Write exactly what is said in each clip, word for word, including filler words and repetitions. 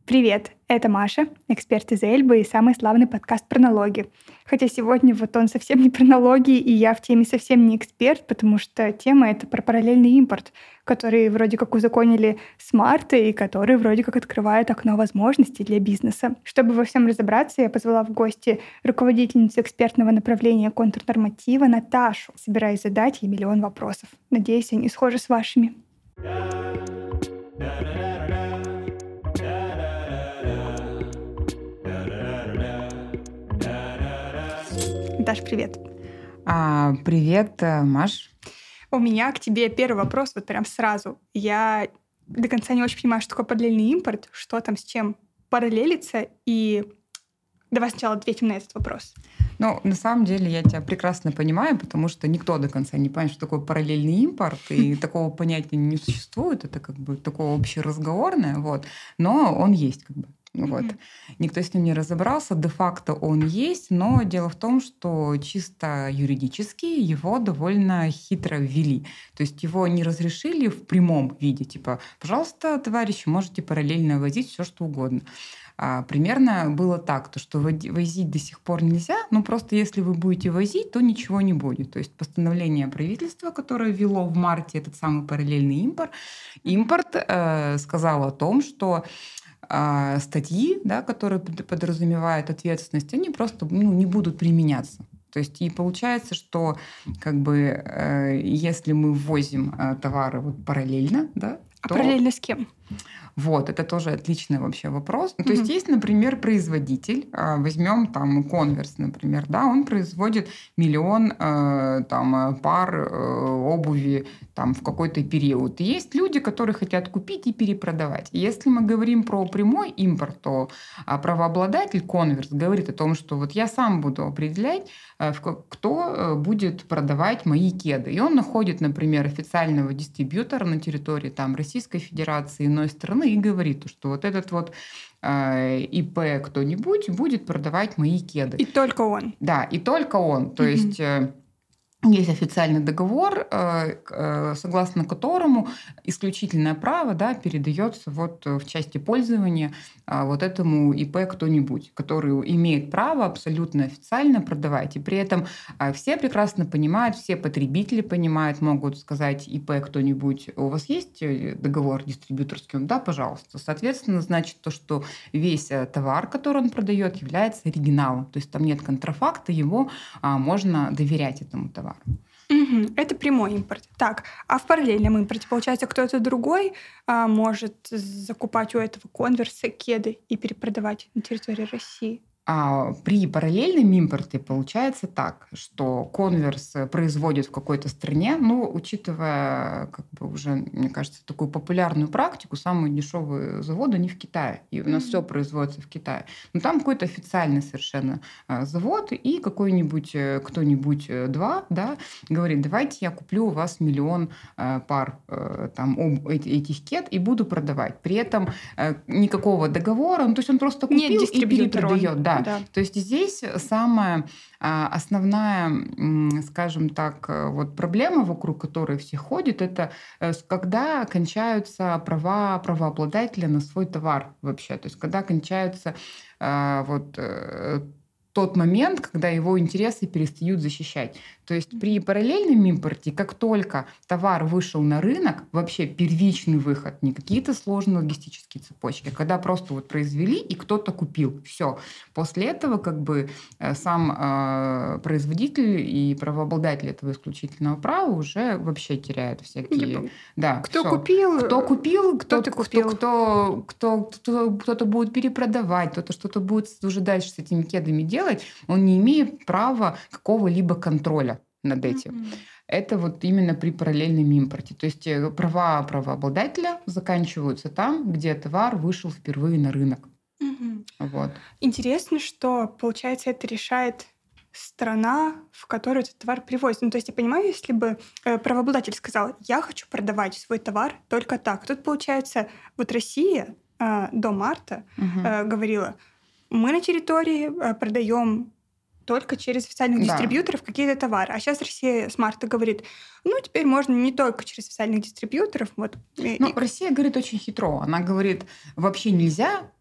Привет, это Маша, эксперт из Эльбы и самый славный подкаст про налоги. Хотя сегодня вот он совсем не про налоги, и я в теме совсем не эксперт, потому что тема — это про параллельный импорт, который вроде как узаконили с марта и который вроде как открывает окно возможностей для бизнеса. Чтобы во всем разобраться, я позвала в гости руководительницу экспертного направления контрнорматива Наташу. Собираюсь задать ей миллион вопросов. Надеюсь, они схожи с вашими. Даш, привет. А, привет, Маш. У меня к тебе первый вопрос вот прям сразу. Я до конца не очень понимаю, что такое параллельный импорт, что там с чем параллелится, и давай сначала ответим на этот вопрос. Ну, на самом деле, я тебя прекрасно понимаю, потому что никто до конца не понимает, что такое параллельный импорт, и такого понятия не существует, это как бы такое общеразговорное, вот, но он есть как бы. Вот. Mm-hmm. Никто с ним не разобрался, де-факто он есть, но дело в том, что чисто юридически его довольно хитро ввели. То есть его не разрешили в прямом виде, типа, пожалуйста, товарищи, можете параллельно возить все что угодно. А, примерно было так, то, что возить до сих пор нельзя, но просто если вы будете возить, то ничего не будет. То есть постановление правительства, которое ввело в марте этот самый параллельный импорт, импорт э, сказало о том, что статьи, да, которые подразумевают ответственность, они просто ну, не будут применяться. То есть и получается, что как бы, э, если мы ввозим э, товары вот параллельно, да, а то... параллельно с кем? Вот, это тоже отличный вообще вопрос. Ну, то mm-hmm. есть есть, например, производитель, возьмем там Converse, например, да, он производит миллион э, там, пар э, обуви там, в какой-то период. И есть люди, которые хотят купить и перепродавать. И если мы говорим про прямой импорт, то правообладатель Converse говорит о том, что вот я сам буду определять, э, кто будет продавать мои кеды. И он находит, например, официального дистрибьютора на территории там, Российской Федерации, иной страны, и говорит, что вот этот вот э, ИП кто-нибудь будет продавать мои кеды. И только он. Да, и только он. То mm-hmm. есть э, есть официальный договор, э, э, согласно которому исключительное право, да, передается вот в части пользования э, вот этому ИП кто-нибудь, который имеет право абсолютно официально продавать. И при этом э, все прекрасно понимают, все потребители понимают, могут сказать ИП кто-нибудь, у вас есть договор дистрибьюторский? Да, пожалуйста. Соответственно, значит то, что весь товар, который он продает, является оригиналом. То есть там нет контрафакта, его а, можно доверять этому товару. Угу, это прямой импорт. Так, а в параллельном импорте, получается, кто-то другой а, может закупать у этого конверса кеды и перепродавать на территории России? А при параллельном импорте получается так, что Converse производит в какой-то стране, ну, учитывая, как бы уже, мне кажется, такую популярную практику, самые дешевые заводы, они в Китае. И у нас mm-hmm. все производится в Китае. Но там какой-то официальный совершенно завод, и какой-нибудь кто-нибудь два, да, говорит, давайте я куплю у вас миллион пар там, этих кед и буду продавать. При этом никакого договора, ну, то есть он просто купил и перепродает. Да. Да. То есть здесь самая основная, скажем так, вот проблема, вокруг которой все ходят, это когда кончаются права правообладателя на свой товар вообще. То есть когда кончаются вот тот момент, когда его интересы перестают защищать. То есть при параллельном импорте, как только товар вышел на рынок, вообще первичный выход, не какие-то сложные логистические цепочки, когда просто вот произвели и кто-то купил. Все. После этого как бы сам э, производитель и правообладатель этого исключительного права уже вообще теряют всякие... Да, кто всё. купил, кто купил, кто, кто, купил. Кто, кто, кто, кто-то будет перепродавать, кто-то что-то будет уже дальше с этими кедами делать, он не имеет права какого-либо контроля над этим. Mm-hmm. Это вот именно при параллельном импорте. То есть права правообладателя заканчиваются там, где товар вышел впервые на рынок. Mm-hmm. Вот. Интересно, что, получается, это решает страна, в которую этот товар привозит. Ну, то есть я понимаю, если бы э, правообладатель сказал, я хочу продавать свой товар только так. Тут, получается, вот Россия э, до марта Mm-hmm. э, говорила, мы на территории э, продаем только через официальных Да. дистрибьюторов какие-то товары. А сейчас Россия с марта говорит, ну, теперь можно не только через официальных дистрибьюторов. Вот. Ну, Россия говорит очень хитро. Она говорит, вообще нельзя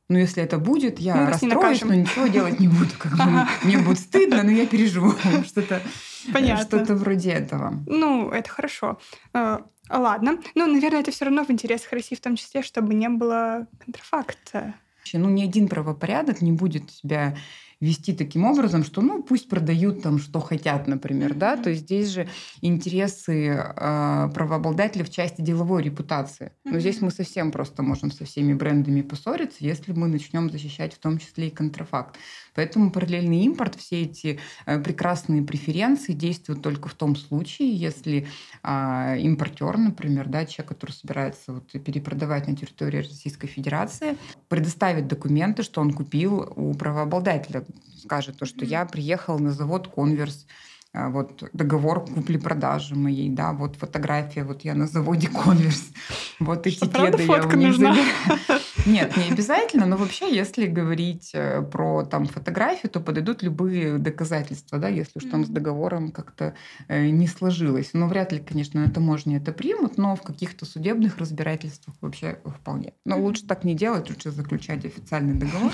Ну, если это будет, Мы я вас не расстроюсь, накажем. но ничего делать не буду. Как бы Ага. мне будет стыдно, но я переживу. Что-то, Понятно. что-то вроде этого. Ну, это хорошо. Э, Ладно. Ну, наверное, это все равно в интересах России в том числе, чтобы не было контрафакта. Ну, ни один правопорядок не будет себя вести таким образом, что, ну, пусть продают там, что хотят, например, да, то есть здесь же интересы э, правообладателя в части деловой репутации. Но здесь мы совсем просто можем со всеми брендами поссориться, если мы начнем защищать в том числе и контрафакт. Поэтому параллельный импорт, все эти э, прекрасные преференции действуют только в том случае, если э, импортер, например, да, человек, который собирается вот перепродавать на территории Российской Федерации, предоставит документы, что он купил у правообладателя, скажет то, что я приехал на завод «Конверс», вот договор купли-продажи моей, да, вот фотография, вот я на заводе «Конверс», вот эти кеды я у них забираю. Нет, не обязательно, но вообще, если говорить про там фотографию, то подойдут любые доказательства, да, если уж там с договором как-то не сложилось. Но вряд ли, конечно, на таможне это примут, но в каких-то судебных разбирательствах вообще вполне. Но лучше так не делать, лучше заключать официальный договор.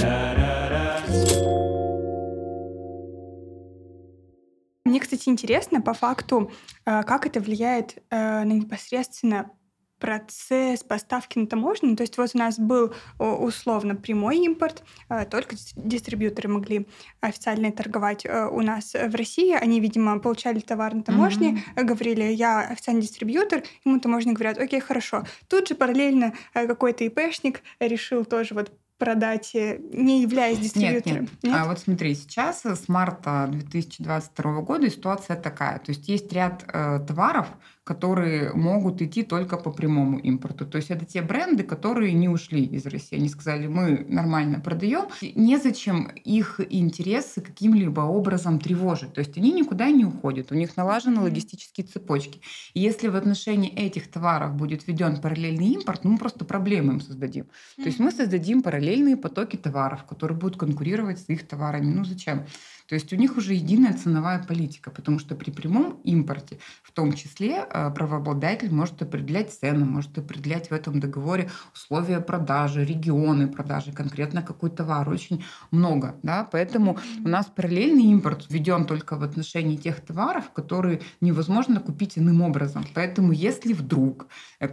Мне, кстати, интересно по факту, как это влияет на непосредственно процесс поставки на таможню. То есть вот у нас был условно прямой импорт, только дистрибьюторы могли официально торговать у нас в России. Они, видимо, получали товар на таможне, mm-hmm. говорили, я официальный дистрибьютор, ему таможня говорят, окей, хорошо. Тут же параллельно какой-то ИПшник решил тоже вот продать, не являясь дистрибьютором. Нет, нет. нет? А вот смотри, сейчас с марта две тысячи двадцать второго года ситуация такая. То есть есть ряд э, товаров, которые могут идти только по прямому импорту. То есть это те бренды, которые не ушли из России. Они сказали, мы нормально продаем. Незачем их интересы каким-либо образом тревожить. То есть они никуда не уходят. У них налажены логистические цепочки. И если в отношении этих товаров будет введен параллельный импорт, ну, мы просто проблемы им создадим. Mm-hmm. То есть мы создадим параллельные потоки товаров, которые будут конкурировать с их товарами. Ну, зачем? То есть у них уже единая ценовая политика, потому что при прямом импорте, в том числе, правообладатель может определять цены, может определять в этом договоре условия продажи, регионы продажи, конкретно какой товар. Очень много. Да? Поэтому mm-hmm. у нас параллельный импорт введен только в отношении тех товаров, которые невозможно купить иным образом. Поэтому если вдруг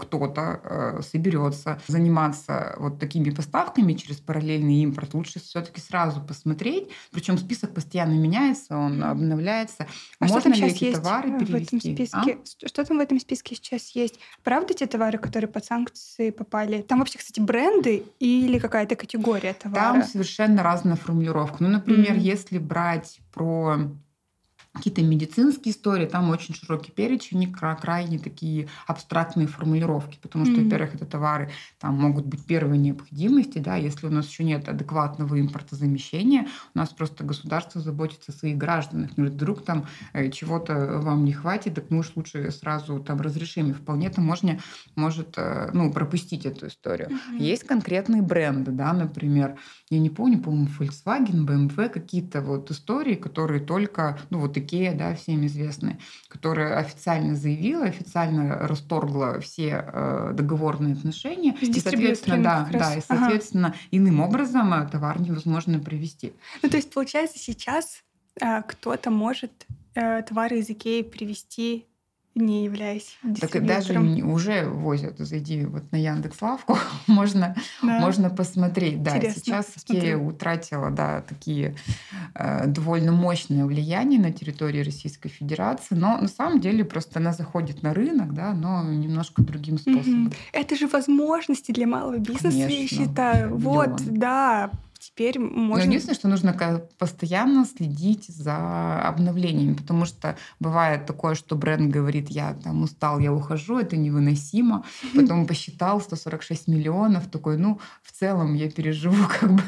кто-то соберется заниматься вот такими поставками через параллельный импорт, лучше все-таки сразу посмотреть, причем список постоянно меняется, он обновляется. А можно что там ли сейчас эти есть товары в перевести? этом списке? А? Что там в этом списке сейчас есть? Правда те товары, которые под санкции попали? Там вообще, кстати, бренды или какая-то категория товара? Там совершенно разная формулировка. Ну, например, mm-hmm. если брать про какие-то медицинские истории, там очень широкий перечень, крайне такие абстрактные формулировки, потому что, mm-hmm. во-первых, это товары там могут быть первой необходимости, да, если у нас еще нет адекватного импортозамещения, у нас просто государство заботится о своих гражданах, ну, вдруг там чего-то вам не хватит, так мы уж лучше сразу там разрешим, и вполне таможня может, ну, пропустить эту историю. Mm-hmm. Есть конкретные бренды, да, например, я не помню, по-моему, Volkswagen, бэ эм вэ, какие-то вот истории, которые только, ну, вот Икея, да, всем известная, которая официально заявила, официально расторгла все э, договорные отношения. И, соответственно, да, да, и, соответственно, ага. иным образом товар невозможно привезти. Ну, то есть, получается, сейчас э, кто-то может э, товары из Икеи привезти, не являясь дистрибьютором. Так даже уже возят. Зайди вот на Яндекс.Лавку, можно, да. можно посмотреть. Да, интересно, сейчас посмотрю. Икея утратила да, такие э, довольно мощное влияние на территории Российской Федерации, но на самом деле просто она заходит на рынок, да, но немножко другим способом. Mm-hmm. Это же возможности для малого бизнеса, Конечно, я считаю. Вот, да. Теперь можно... Но единственное, что нужно постоянно следить за обновлениями, потому что бывает такое, что бренд говорит, я там устал, я ухожу, это невыносимо. Потом посчитал сто сорок шесть миллионов, такой, ну, в целом я переживу как бы.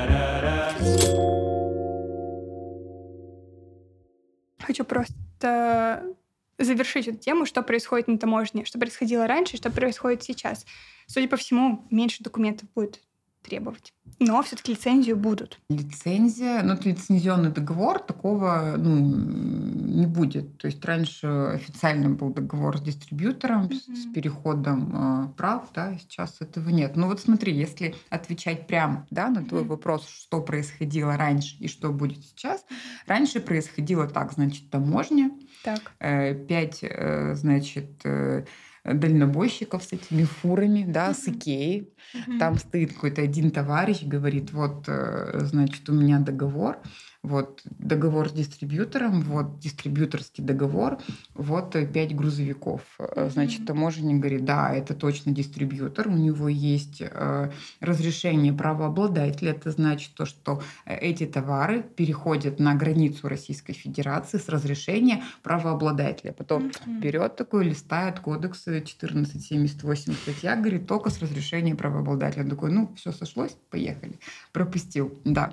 Хочу просто завершить эту тему, что происходит на таможне, что происходило раньше, что происходит сейчас. Судя по всему, меньше документов будет требовать. Но все-таки лицензию будут. Лицензия, ну, это лицензионный договор, такого ну, не будет. То есть раньше официально был договор с дистрибьютором, mm-hmm. с, с переходом э, прав, да, сейчас этого нет. Ну вот смотри, если отвечать прямо да, на твой mm-hmm. вопрос, что происходило раньше и что будет сейчас. Раньше происходило так, значит, таможня, так. Э, пять, э, значит, э, дальнобойщиков с этими фурами, да, mm-hmm. с Икеей. Mm-hmm. Там стоит какой-то один товарищ, говорит, вот, значит, у меня договор, вот договор с дистрибьютором, вот дистрибьюторский договор, вот пять грузовиков. Mm-hmm. Значит, таможенник говорит, да, это точно дистрибьютор, у него есть э, разрешение правообладателя, это значит то, что эти товары переходят на границу Российской Федерации с разрешения правообладателя. Потом mm-hmm. берет такой, листает кодекс четырнадцать семьдесят восемь статья, говорит, только с разрешения правообладателя. Он такой, ну, все сошлось, поехали. Пропустил, да.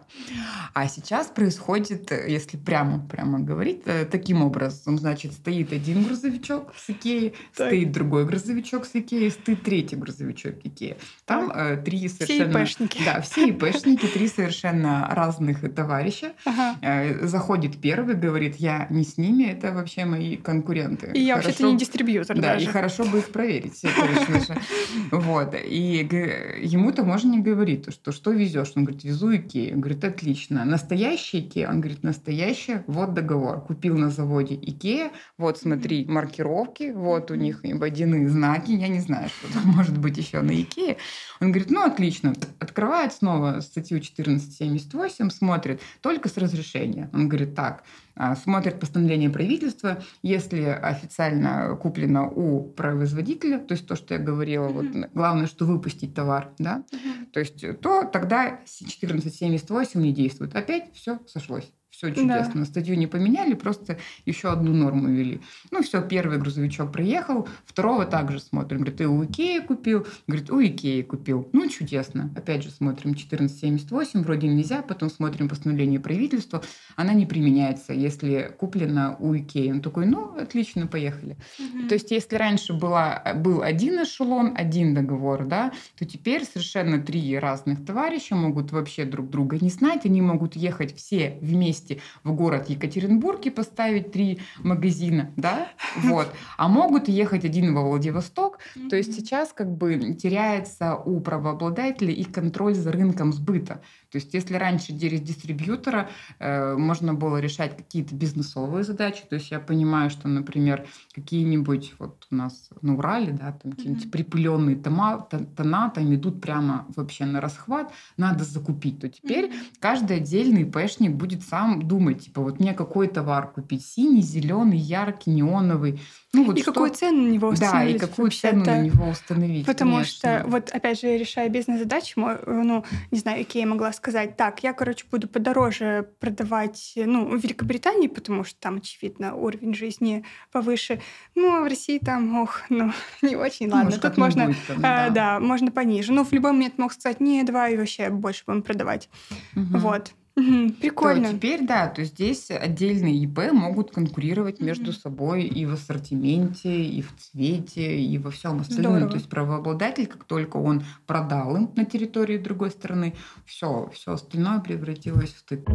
А сейчас происходит, если прямо, прямо говорить, таким образом, значит, стоит один грузовичок с Икеей, так. стоит другой грузовичок с Икеей, стоит третий грузовичок Икеи. Там э, три совершенно... Все ИПшники. Да, все ИПшники, три совершенно разных товарища. Ага. Э, заходит первый, говорит, я не с ними, это вообще мои конкуренты. И я вообще-то не дистрибьютор да, даже. И хорошо бы их проверить, конечно же. Вот. И ему таможенник говорит, что что везешь? Он говорит, везу Икею. Он говорит, отлично. Настоящий Икея? Он говорит, настоящая. Вот договор. Купил на заводе Икея. Вот смотри, маркировки. Вот у них водяные знаки. Я не знаю, что там может быть еще на Икее. Он говорит, ну отлично. Открывает снова статью четырнадцать семьдесят восемь, смотрит только с разрешения. Он говорит, так, смотрит постановление правительства, если официально куплено у производителя, то есть то, что я говорила, mm-hmm. вот, главное, что выпустить товар, да, mm-hmm. то есть то тогда четырнадцать семьдесят восемь не действует. Опять все сошлось. Все чудесно. Да. Статью не поменяли, просто еще одну норму ввели. Ну, все, первый грузовичок проехал, второго также смотрим. Говорит, ты у Икеи купил? Говорит, у Икеи купил. Ну, чудесно. Опять же смотрим четырнадцать семьдесят восемь, вроде нельзя, потом смотрим постановление правительства, она не применяется, если куплена у Икеи. Он такой, ну, отлично, поехали. Угу. То есть, если раньше была, был один эшелон, один договор, да, то теперь совершенно три разных товарища могут вообще друг друга не знать, они могут ехать все вместе в город Екатеринбург и поставить три магазина, да, вот. А могут ехать один во Владивосток. Mm-hmm. То есть сейчас как бы теряется у правообладателя и контроль за рынком сбыта. То есть если раньше через дистрибьютора э, можно было решать какие-то бизнесовые задачи, то есть я понимаю, что, например, какие-нибудь вот у нас на Урале, да, там какие-нибудь mm-hmm. припыленные тома, тона там идут прямо вообще на расхват, надо закупить, то теперь mm-hmm. каждый отдельный ИПшник будет сам думать, типа, вот мне какой товар купить, синий, зеленый, яркий, неоновый. Ну, вот и что... какую цену на него установить? Да, и какую цену на него установить. Потому конечно. что, вот опять же, решая бизнес-задачи, ну, не знаю, Икея могла сказать, так, я, короче, буду подороже продавать, ну, в Великобритании, потому что там, очевидно, уровень жизни повыше. Ну, а в России там, ох, ну, не очень, ладно. Может, тут можно, там, да. А, да, можно пониже. Ну, в любой момент мог сказать, не, давай вообще больше будем продавать. Угу. Вот. Угу, прикольно. То теперь, да, то здесь отдельные ИП могут конкурировать mm-hmm. между собой и в ассортименте, и в цвете, и во всем остальном. Здорово. То есть правообладатель, как только он продал им на территории другой страны, все, все остальное превратилось в стык.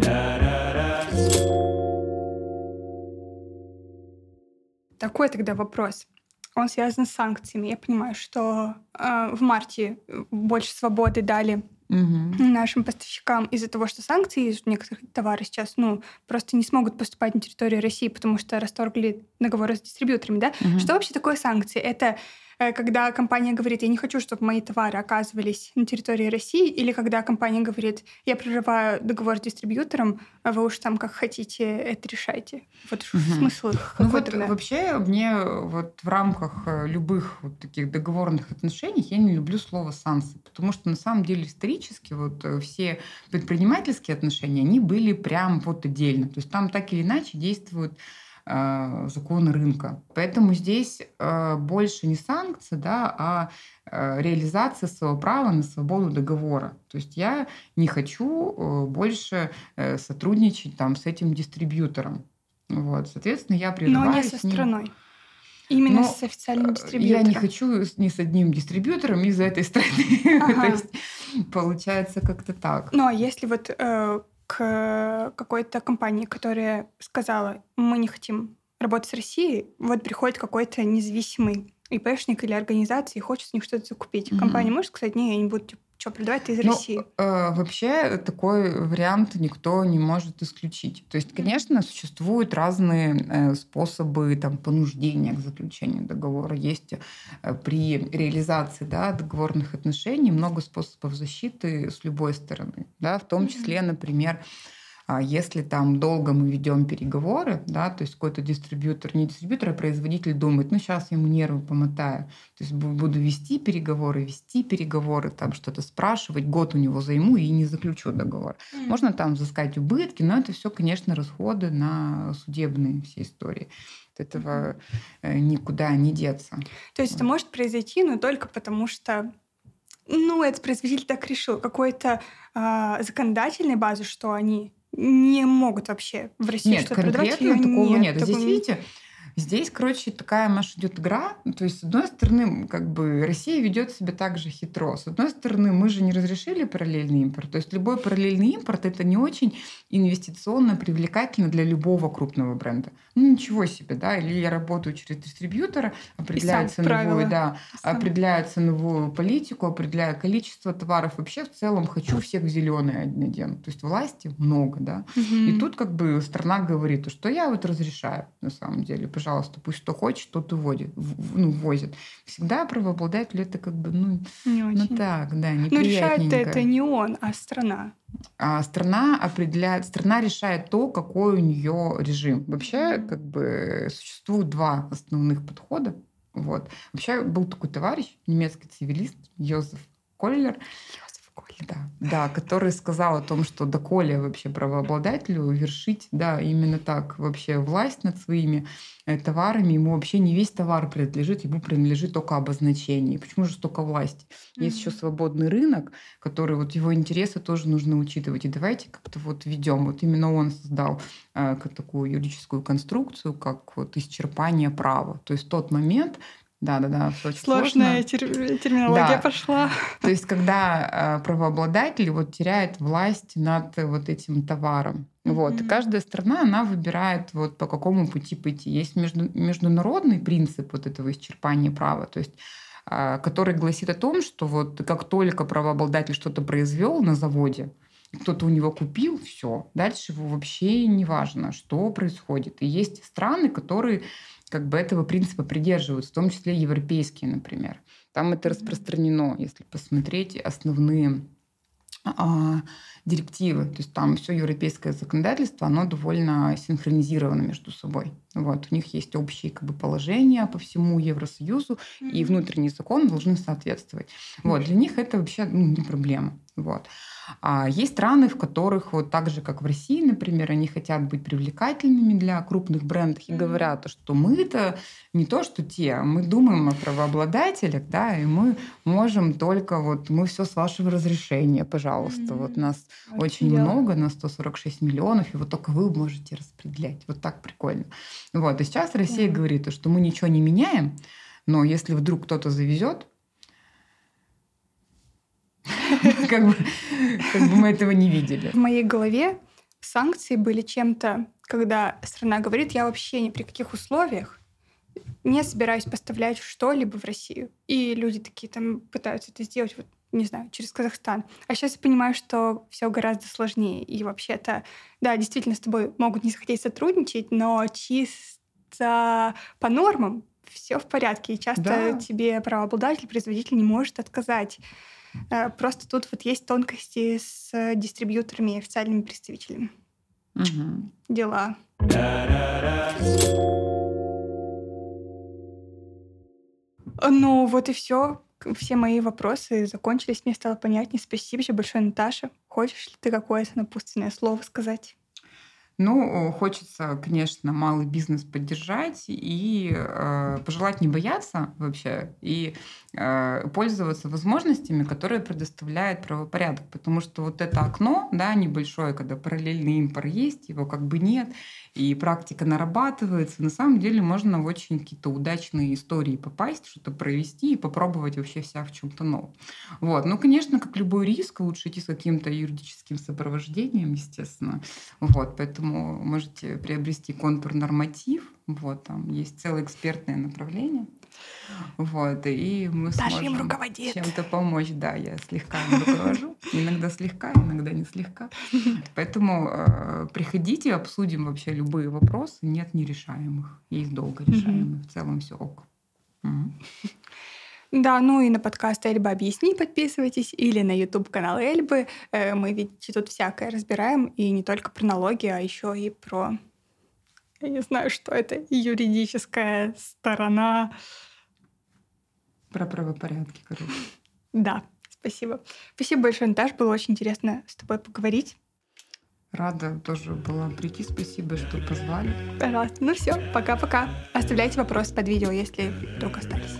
Такой тогда вопрос. Он связан с санкциями. Я понимаю, что э, в марте больше свободы дали угу. нашим поставщикам из-за того, что санкции, некоторые товары сейчас ну, просто не смогут поступать на территорию России, потому что расторгли договоры с дистрибьюторами. Да? Угу. Что вообще такое санкции? Это когда компания говорит, я не хочу, чтобы мои товары оказывались на территории России, или когда компания говорит, я прерываю договор с дистрибьютором, а вы уж там как хотите это решайте. Вот угу. смысл их ну какой вот тогда? Вообще мне вот в рамках любых вот таких договорных отношений я не люблю слово санкции, потому что на самом деле исторически вот все предпринимательские отношения, они были прям вот отдельно. То есть там так или иначе действуют законы рынка. Поэтому здесь больше не санкции, да, а реализация своего права на свободу договора. То есть я не хочу больше сотрудничать там, с этим дистрибьютором. Вот. Соответственно, я прерываю Но не со страной. Именно Но с официальным дистрибьютором. Я не хочу ни с одним дистрибьютором из-за этой страны. Ага. То есть Получается как-то так. Ну, а если вот э, к какой-то компании, которая сказала, мы не хотим работать с Россией, вот приходит какой-то независимый ИПшник или организация и хочет с них что-то закупить. Мгм. Компания может сказать, не, я не буду типа, что продавать, ты из Ну, России. э, вообще такой вариант никто не может исключить. То есть, конечно, существуют разные э, способы там, понуждения к заключению договора. Есть э, при реализации да, договорных отношений много способов защиты с любой стороны. Да, в том Мгм. числе, например, а если там долго мы ведем переговоры, да, то есть какой-то дистрибьютор, не дистрибьютор, а производитель думает, ну сейчас я ему нервы помотаю, то есть бу- буду вести переговоры, вести переговоры, там что-то спрашивать, год у него займу и не заключу договор. М. Можно там взыскать убытки, но это все, конечно, расходы на судебные все истории. От этого э, никуда не деться. То есть это Вот. может произойти, но только потому что, ну, этот производитель так решил. Какой-то а, законодательной базы, что они не могут вообще в России Нет, что-то продавать, конкретно её такого нет. нет. Здесь, Такой- видите, здесь, короче, такая, Маша, идет игра. То есть, с одной стороны, как бы Россия ведет себя так же хитро. С одной стороны, мы же не разрешили параллельный импорт. То есть, любой параллельный импорт это не очень инвестиционно привлекательно для любого крупного бренда. Ну, ничего себе, да. Или я работаю через дистрибьютора, определяю сам ценовую, правила. да, Сам. определяю ценовую политику, определяю количество товаров. Вообще, в целом, хочу всех в зеленые одеть. То есть, власти много, да. Мгм. И тут как бы страна говорит, что я вот разрешаю на самом деле. Пожалуйста, пусть кто хочет, тот и водит, в- ну, возит. Всегда правообладатель это как бы, ну, Не ну очень. так, да, Но решает неприятненько. это не он, а страна. А страна определяет, страна решает то, какой у нее режим. Вообще, Мгм. как бы существует два основных подхода. Вот. Вообще был такой товарищ, немецкий цивилист Йозеф Коллер, Йозеф Коллер. да, да, который сказал о том, что доколе вообще правообладателю вершить, да, именно так вообще власть над своими э, товарами, ему вообще не весь товар принадлежит, ему принадлежит только обозначение. Почему же столько власти? Есть еще Мгм. свободный рынок, который вот его интересы тоже нужно учитывать. И давайте как-то вот ведем. Вот именно он создал э, как такую юридическую конструкцию, как вот исчерпание права. То есть тот момент, да-да-да, все очень Сложная сложно. тер- терминология Да, пошла. то есть, когда э, правообладатель вот теряет власть над э, вот этим товаром. Вот. И Мгм. каждая страна, она выбирает, вот, по какому пути пойти. Есть между- международный принцип вот этого исчерпания права, то есть, а, который гласит о том, что вот как только правообладатель что-то произвел на заводе, и кто-то у него купил, все, дальше его вообще не важно, что происходит. И есть страны, которые как бы этого принципа придерживаются, в том числе европейские, например. Там это Мгм. распространено, если посмотреть основные а, директивы. То есть там все европейское законодательство, оно довольно синхронизировано между собой. Вот. У них есть общие как бы, положения по всему Евросоюзу, и Мгм. внутренние законы должны соответствовать. Вот. Для них это вообще ну, не проблема. Вот. А есть страны, в которых вот так же, как в России, например, они хотят быть привлекательными для крупных брендов и Мгм. говорят, что мы-то не то, что те, мы думаем о правообладателях, да, и мы можем только вот, мы все с вашего разрешения, пожалуйста. Вот Мгм. нас Вот в очень чём дело. много, на сто сорок шесть миллионов, и вот только вы можете распределять. Вот так прикольно. Вот. И сейчас Россия Да. говорит, что мы ничего не меняем, но если вдруг кто-то завезет, как бы, как бы мы этого не видели. В моей голове санкции были чем-то, когда страна говорит, я вообще ни при каких условиях не собираюсь поставлять что-либо в Россию. И люди такие там пытаются это сделать, вот, не знаю, через Казахстан. А сейчас я понимаю, что все гораздо сложнее. И вообще-то, да, действительно, с тобой могут не захотеть сотрудничать, но чисто по нормам все в порядке. И часто Да. тебе правообладатель, производитель не может отказать. Э, Просто тут вот есть тонкости с э, дистрибьюторами и официальными представителями. Мгм. Дела. Ну, вот и все. Все мои вопросы закончились. Мне стало понятнее. Спасибо тебе большое, Наташа. Хочешь ли ты какое-то напутственное слово сказать? Ну, хочется, конечно, малый бизнес поддержать и э, пожелать не бояться вообще и э, пользоваться возможностями, которые предоставляет правопорядок. Потому что вот это окно, да, небольшое, когда параллельный импор есть, его как бы нет, и практика нарабатывается. На самом деле можно в очень какие-то удачные истории попасть, что-то провести и попробовать вообще себя в чем-то новом. Вот. Ну, конечно, как любой риск, лучше идти с каким-то юридическим сопровождением, естественно. Вот. Поэтому можете приобрести контур норматив. Вот. Там есть целое экспертное направление. Вот, и мы Даша им сможем руководит. чем-то помочь. Да, я слегка им руковожу. Иногда слегка, иногда не слегка. Поэтому э, приходите, обсудим вообще любые вопросы. Нет нерешаемых. Есть долго решаемые. В целом все ок. Мгм. Да, ну и на подкаст Эльба объясни подписывайтесь, или на YouTube-канал Эльбы. Э, Мы ведь тут всякое разбираем, и не только про налоги, а еще и про, я не знаю, что это, юридическая сторона. Про правопорядки, короче. Да, спасибо. Спасибо большое, Наташ, было очень интересно с тобой поговорить. Рада тоже была прийти. Спасибо, что позвали. Пожалуйста. Ну все, пока-пока. Оставляйте вопросы под видео, если вдруг остались.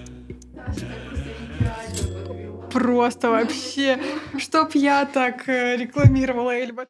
Просто вообще, чтоб я так э, рекламировала Эльба.